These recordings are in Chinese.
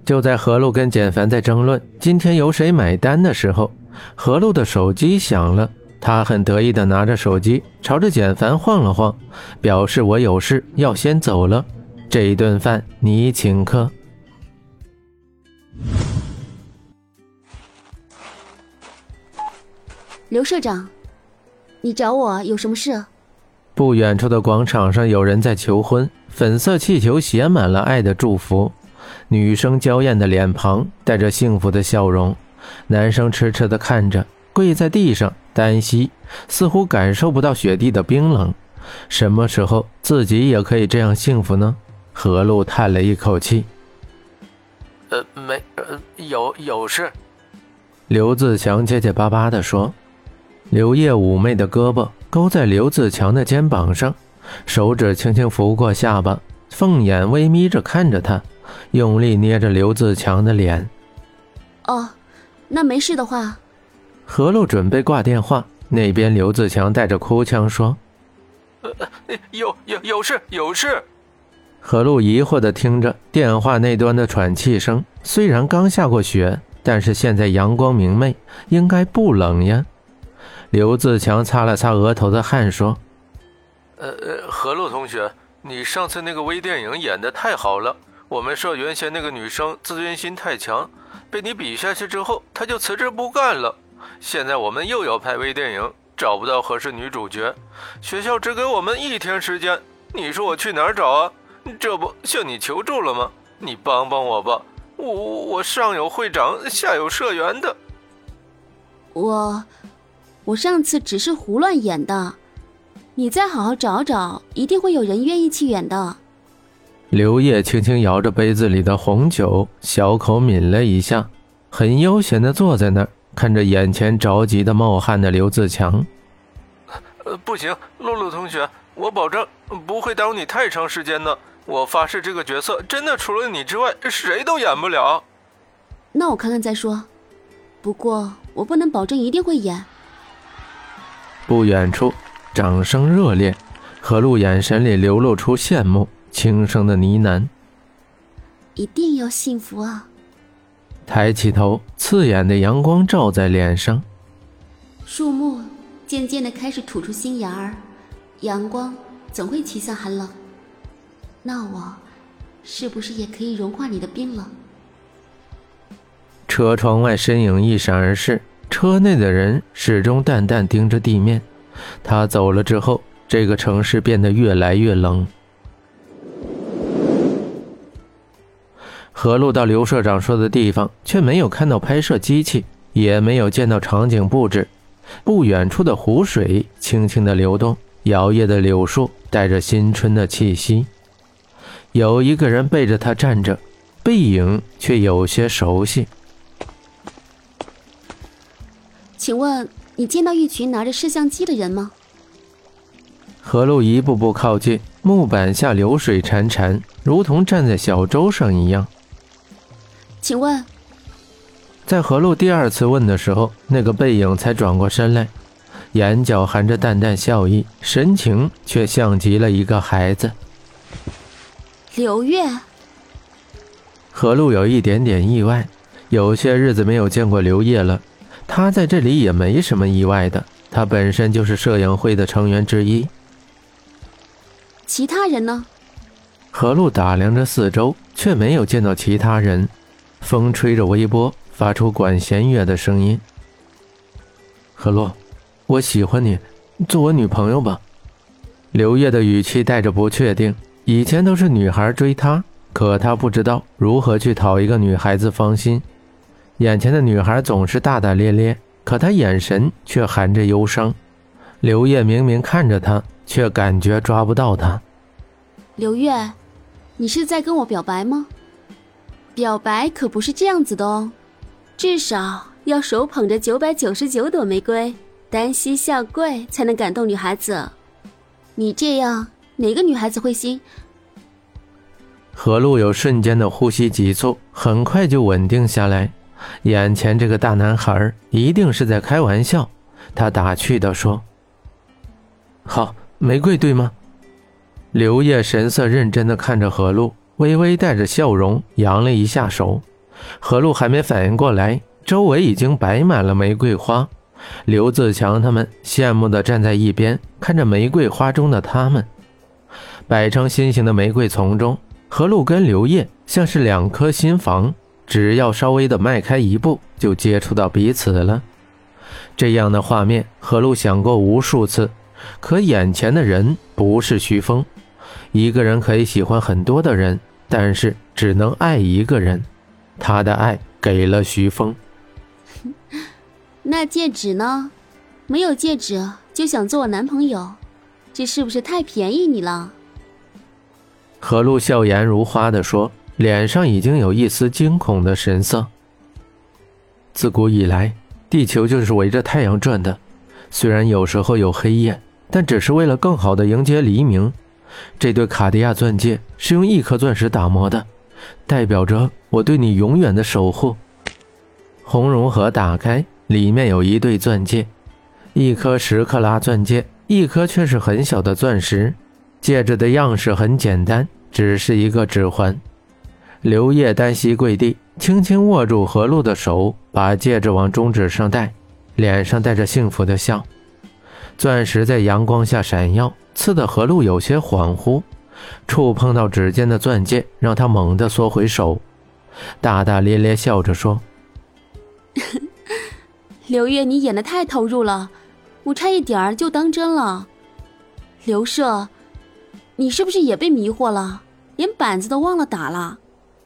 就在何璐跟简凡在争论今天由谁买单的时候，何璐的手机响了，他很得意地拿着手机朝着简凡晃了晃，表示我有事要先走了，这一顿饭你请客。 刘社长，你找我有什么事？ 不远处的广场上有人在求婚，粉色气球写满了爱的祝福，女生娇艳的脸庞带着幸福的笑容，男生痴痴地看着，跪在地上单膝，似乎感受不到雪地的冰冷。什么时候自己也可以这样幸福呢？何璐叹了一口气。有事。刘自强结结巴巴地说。刘烨妩媚的胳膊勾在刘自强的肩膀上，手指轻轻拂过下巴，凤眼微眯着看着他，用力捏着刘自强的脸。 哦，那没事的话。 何璐准备挂电话，那边刘自强带着哭腔说：有事。何璐疑惑地听着电话那端的喘气声，虽然刚下过雪，但是现在阳光明媚，应该不冷呀。刘自强擦了擦额头的汗说： 何璐同学，你上次那个微电影演得太好了，我们社原先那个女生自尊心太强，被你比下去之后她就辞职不干了，现在我们又要拍微电影，找不到合适女主角，学校只给我们1天时间，你说我去哪儿找啊？这不向你求助了吗？你帮帮我吧，我上有会长下有社员的。 我上次只是胡乱演的，你再好好找找，一定会有人愿意去演的。 刘烨轻轻摇着杯子里的红酒，小口抿了一下，很悠闲地坐在那儿，看着眼前着急的冒汗的刘自强。 不行，露露同学，我保证不会耽误你太长时间的，我发誓这个角色真的除了你之外谁都演不了。 那我看看再说，不过我不能保证一定会演。 不远处掌声热烈，何璐眼神里流露出羡慕，轻声的呢喃： 一定要幸福啊。 抬起头，刺眼的阳光照在脸上， 树木渐渐地开始吐出新芽儿，阳光总会驱散寒冷，那我是不是也可以融化你的冰冷？ 车窗外身影一闪而逝，车内的人始终淡淡盯着地面。他走了之后，这个城市变得越来越冷。何璐到刘社长说的地方，却没有看到拍摄机器，也没有见到场景布置。不远处的湖水轻轻地流动，摇曳的柳树带着新春的气息。有一个人背着他站着，背影却有些熟悉。 请问你见到一群拿着摄像机的人吗？ 何璐一步步靠近，木板下流水潺潺，如同站在小舟上一样。 请问， 在何璐第二次问的时候，那个背影才转过身来，眼角含着淡淡笑意，神情却像极了一个孩子。 刘月。 何璐有一点点意外，有些日子没有见过刘烨了，他在这里也没什么意外的，他本身就是摄影会的成员之一。 其他人呢？ 何璐打量着四周，却没有见到其他人。风吹着微波，发出管弦乐的声音。何璐，我喜欢你，做我女朋友吧。刘烨的语气带着不确定，以前都是女孩追他，可他不知道如何去讨一个女孩子芳心。眼前的女孩总是大大咧咧，可他眼神却含着忧伤。刘烨明明看着他，却感觉抓不到他。 刘月，你是在跟我表白吗？表白可不是这样子的哦，至少要手捧着999朵玫瑰，单膝下跪才能感动女孩子。你这样，哪个女孩子会心？ 何璐有瞬间的呼吸急促，很快就稳定下来。眼前这个大男孩一定是在开玩笑，他打趣地说：好，玫瑰对吗？刘烨神色认真地看着何璐，微微带着笑容扬了一下手。 何璐还没反应过来，周围已经摆满了玫瑰花。刘自强他们羡慕地站在一边，看着玫瑰花中的他们。摆成心形的玫瑰丛中，何璐跟刘烨像是两颗心房，只要稍微的迈开一步就接触到彼此了。这样的画面何璐想过无数次，可眼前的人不是徐峰。一个人可以喜欢很多的人，但是只能爱一个人，他的爱给了徐峰。 那戒指呢？没有戒指就想做我男朋友，这是不是太便宜你了？ 何璐笑颜如花地说，脸上已经有一丝惊恐的神色。自古以来，地球就是围着太阳转的，虽然有时候有黑夜，但只是为了更好地迎接黎明。这对卡地亚钻戒是用1颗钻石打磨的，代表着我对你永远的守护。红绒盒打开，里面有一对钻戒，1颗10克拉钻戒，1颗却是很小的钻石。戒指的样式很简单，只是一个指环。刘烨单膝跪地，轻轻握住何璐的手，把戒指往中指上戴，脸上带着幸福的笑。钻石在阳光下闪耀，刺得何璐有些恍惚，触碰到指尖的钻戒让他猛地缩回手，大大咧咧笑着说： 刘烨，你演得太投入了，我差一点就当真了。刘舍，你是不是也被迷惑了，连板子都忘了打了？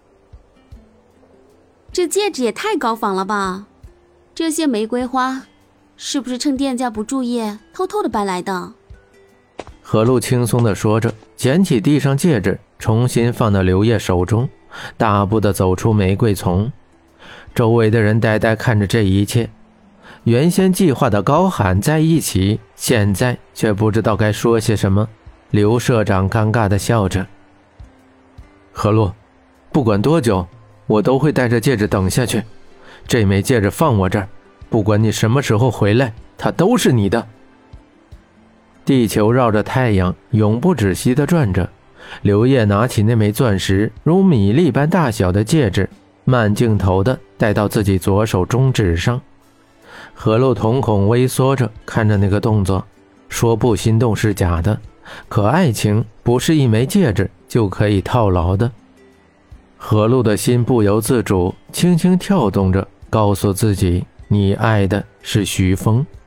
这戒指也太高仿了吧，这些玫瑰花是不是趁店家不注意偷偷的搬来的？ 何璐轻松地说着，捡起地上戒指，重新放到刘烨手中，大步地走出玫瑰丛。周围的人呆呆看着这一切，原先计划的高喊在一起，现在却不知道该说些什么。刘社长尴尬地笑着：何璐，不管多久，我都会带着戒指等下去。这枚戒指放我这儿，不管你什么时候回来，它都是你的。地球绕着太阳永不止息地转着。刘烨拿起那枚钻石如米粒般大小的戒指，慢镜头地戴到自己左手中指上。何璐瞳孔微缩着看着那个动作，说不心动是假的，可爱情不是一枚戒指就可以套牢的。何璐的心不由自主轻轻跳动着，告诉自己，你爱的是徐峰。